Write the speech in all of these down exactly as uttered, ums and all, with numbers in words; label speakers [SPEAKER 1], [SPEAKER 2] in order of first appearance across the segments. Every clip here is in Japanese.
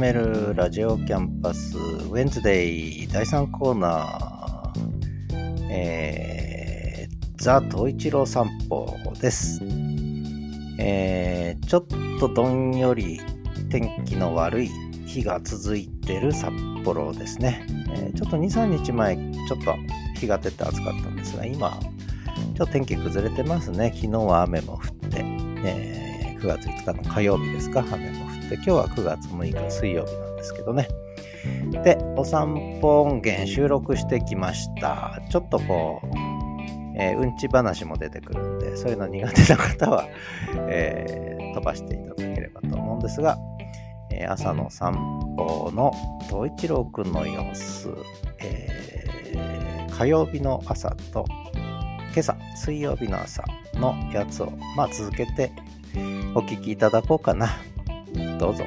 [SPEAKER 1] めるラジオキャンパスウェンズデイだいさんコーナー、えー、ザ・トイチロー散歩です、えー、ちょっとどんより天気の悪い日が続いてる札幌ですね、えー、ちょっと にさんにちまえちょっと日が出て暑かったんですが、今ちょっと天気崩れてますね。昨日は雨も降って、えー、くがついつかの火曜日ですか、雨も降って、今日はくがつむいか水曜日なんですけどね。で、お散歩音源収録してきました。ちょっとこう、えー、うんち話も出てくるんで、そういうの苦手な方は、えー、飛ばしていただければと思うんですが、えー、朝の散歩の東一郎くんの様子、えー、火曜日の朝と今朝水曜日の朝のやつを、まあ、続けてお聞きいただこうかな。どうぞ。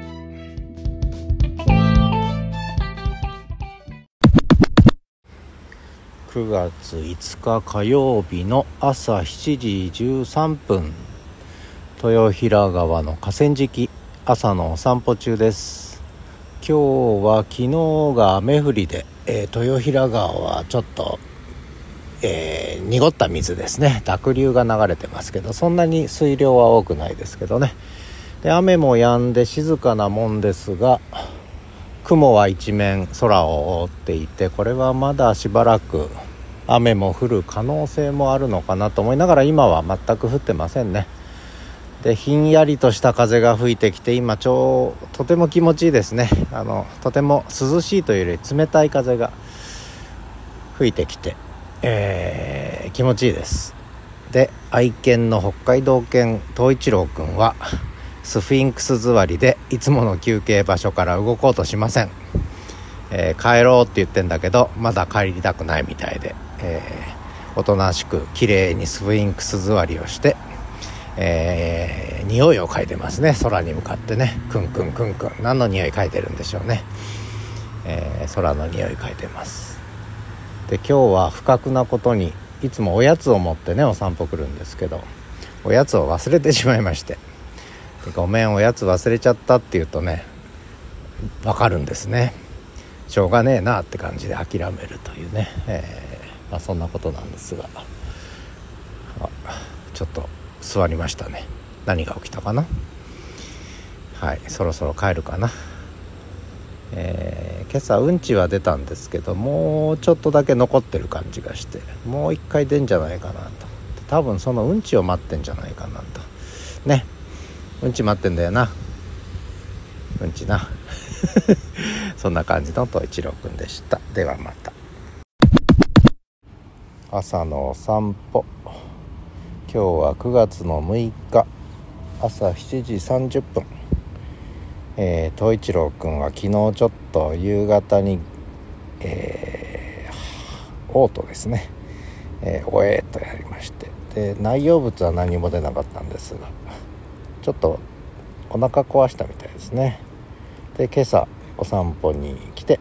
[SPEAKER 1] くがついつか火曜日の朝しちじじゅうさんぷん、豊平川の河川敷、朝のお散歩中です。今日は昨日が雨降りで、えー、豊平川はちょっとえー、濁った水ですね。濁流が流れてますけど、そんなに水量は多くないですけどね。で、雨も止んで静かなもんですが、雲は一面空を覆っていて、これはまだしばらく雨も降る可能性もあるのかなと思いながら、今は全く降ってませんね。で、ひんやりとした風が吹いてきて、今ちょうとても気持ちいいですね。あのとても涼しいというより冷たい風が吹いてきて、えー、気持ちいいです。で、愛犬の北海道犬東一郎くんはスフィンクス座りでいつもの休憩場所から動こうとしません。えー、帰ろうって言ってんだけど、まだ帰りたくないみたいで、えー、おとなしく綺麗にスフィンクス座りをして、えー、匂いを嗅いでますね。空に向かってね、クンクンクンクン、何の匂い嗅いでるんでしょうね。えー、空の匂い嗅いでます。で、今日は不覚なことに、いつもおやつを持ってねお散歩来るんですけど、おやつを忘れてしまいまして、ごめんおやつ忘れちゃったって言うとね、わかるんですね。しょうがねえなって感じで諦めるというね、えーまあ、そんなことなんですが、あ、ちょっと座りましたね。何が起きたかな。はい、そろそろ帰るかな。えー、今朝うんちは出たんですけど、もうちょっとだけ残ってる感じがして、もう一回出んじゃないかなと。多分そのうんちを待ってんじゃないかなとね。うんち待ってんだよな、うんちなそんな感じの東一郎くんでした。ではまた。朝のお散歩、今日はくがつのむいか朝しちじさんじゅっぷん。えー、東一郎くんは昨日ちょっと夕方に、えー、嘔吐ですね、えー、おえーっとやりまして、で内容物は何も出なかったんですが、ちょっとお腹壊したみたいですね。で、今朝お散歩に来て、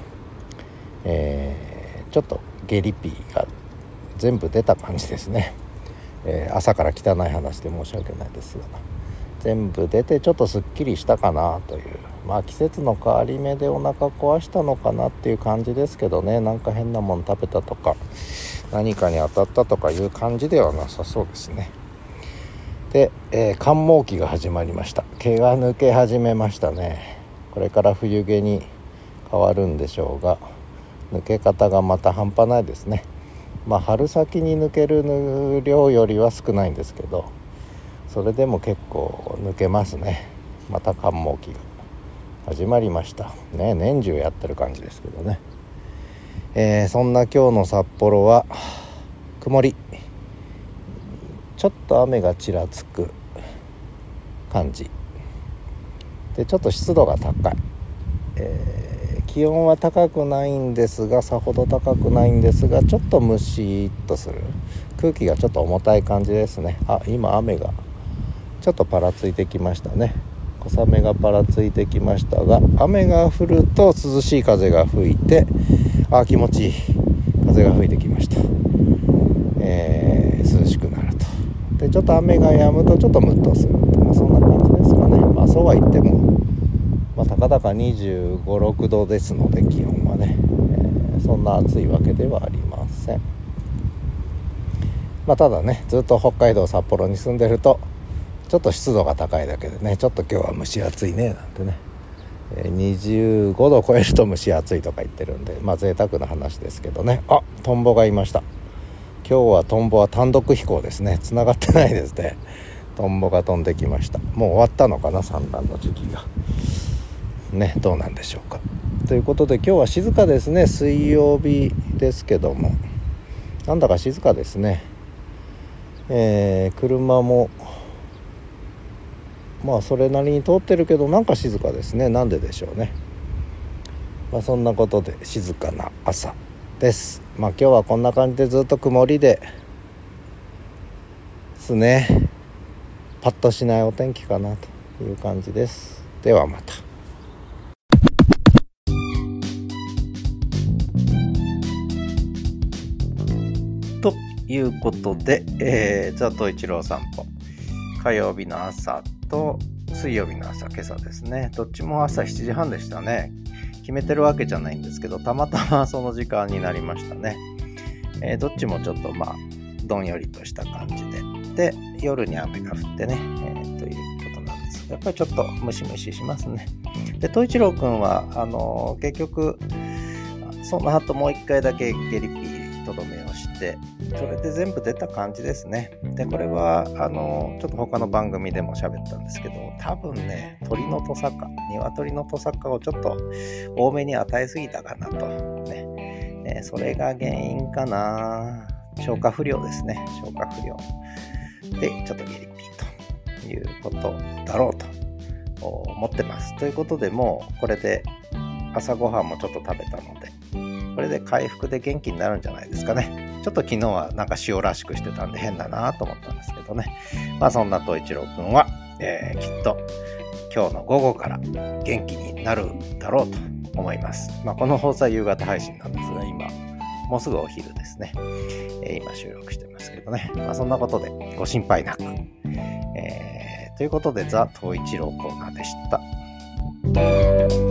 [SPEAKER 1] えー、ちょっと下痢ピーが全部出た感じですね。えー、朝から汚い話で申し訳ないですが、全部出てちょっとすっきりしたかなという、まあ季節の変わり目でお腹壊したのかなっていう感じですけどね。なんか変なもの食べたとか何かに当たったとかいう感じではなさそうですね。で、えー、寒毛期が始まりました。毛が抜け始めましたね。これから冬毛に変わるんでしょうが、抜け方がまた半端ないですね。まあ春先に抜ける量よりは少ないんですけど、それでも結構抜けますね。また寒毛期が始まりましたね。年中やってる感じですけどね。えー、そんな今日の札幌は曇り、ちょっと雨がちらつく感じで、ちょっと湿度が高い、えー、気温は高くないんですが、さほど高くないんですが、ちょっとムシっとする、空気がちょっと重たい感じですね。あ、今雨がちょっとパラついてきましたね。小雨がパラついてきましたが、雨が降ると涼しい風が吹いて、あ、気持ちいい風が吹いてきました。えー、涼しくなると。で、ちょっと雨が止むとちょっとムッとすると、まあ、そんな感じですかね。まあそうは言ってもまたかだかにじゅうご、ろくどですので、気温はね、えー、そんな暑いわけではありません。まあ、ただね、ずっと北海道札幌に住んでるとちょっと湿度が高いだけでね、ちょっと今日は蒸し暑いねなんてね、えー、にじゅうごど超えると蒸し暑いとか言ってるんで、まあ贅沢な話ですけどね。あ、トンボがいました。今日はトンボは単独飛行ですね。繋がってないですね。トンボが飛んできました。もう終わったのかな、産卵の時期がね、どうなんでしょうか。ということで今日は静かですね。水曜日ですけども、なんだか静かですね。えー、車もまあそれなりに通ってるけど、なんか静かですね。なんででしょうね。まあそんなことで静かな朝です。まあ今日はこんな感じでずっと曇りでですね。パッとしないお天気かなという感じです。ではまた。ということで、えー、ザ・トイチロー散歩、火曜日の朝と水曜日の朝、今朝ですね。どっちも朝しちじはんでしたね。決めてるわけじゃないんですけど、たまたまその時間になりましたね。えー、どっちもちょっとまあどんよりとした感じで、で夜に雨が降ってね、えー、ということなんですが、やっぱりちょっとムシムシしますね。で、トイチローくんはあのー、結局その後もう一回だけゲリピーとどめをして、それで全部出た感じですね。で、これはあのちょっと他の番組でも喋ったんですけど、多分ね、鳥のトサカ、鶏のトサカをちょっと多めに与えすぎたかなとね、えー、それが原因かな。消化不良ですね。消化不良でちょっとゲリピーということだろうと思ってます。ということで、もうこれで朝ごはんもちょっと食べたので、これで回復で元気になるんじゃないですかね。ちょっと昨日はなんか塩らしくしてたんで変だなと思ったんですけどね。まあそんなトイチローくんは、えー、きっと今日の午後から元気になるだろうと思います。まあこの放送は夕方配信なんですが、今もうすぐお昼ですね。えー、今収録してますけどね。まあそんなことでご心配なく。えー、ということでザ・トイチローコーナーでした。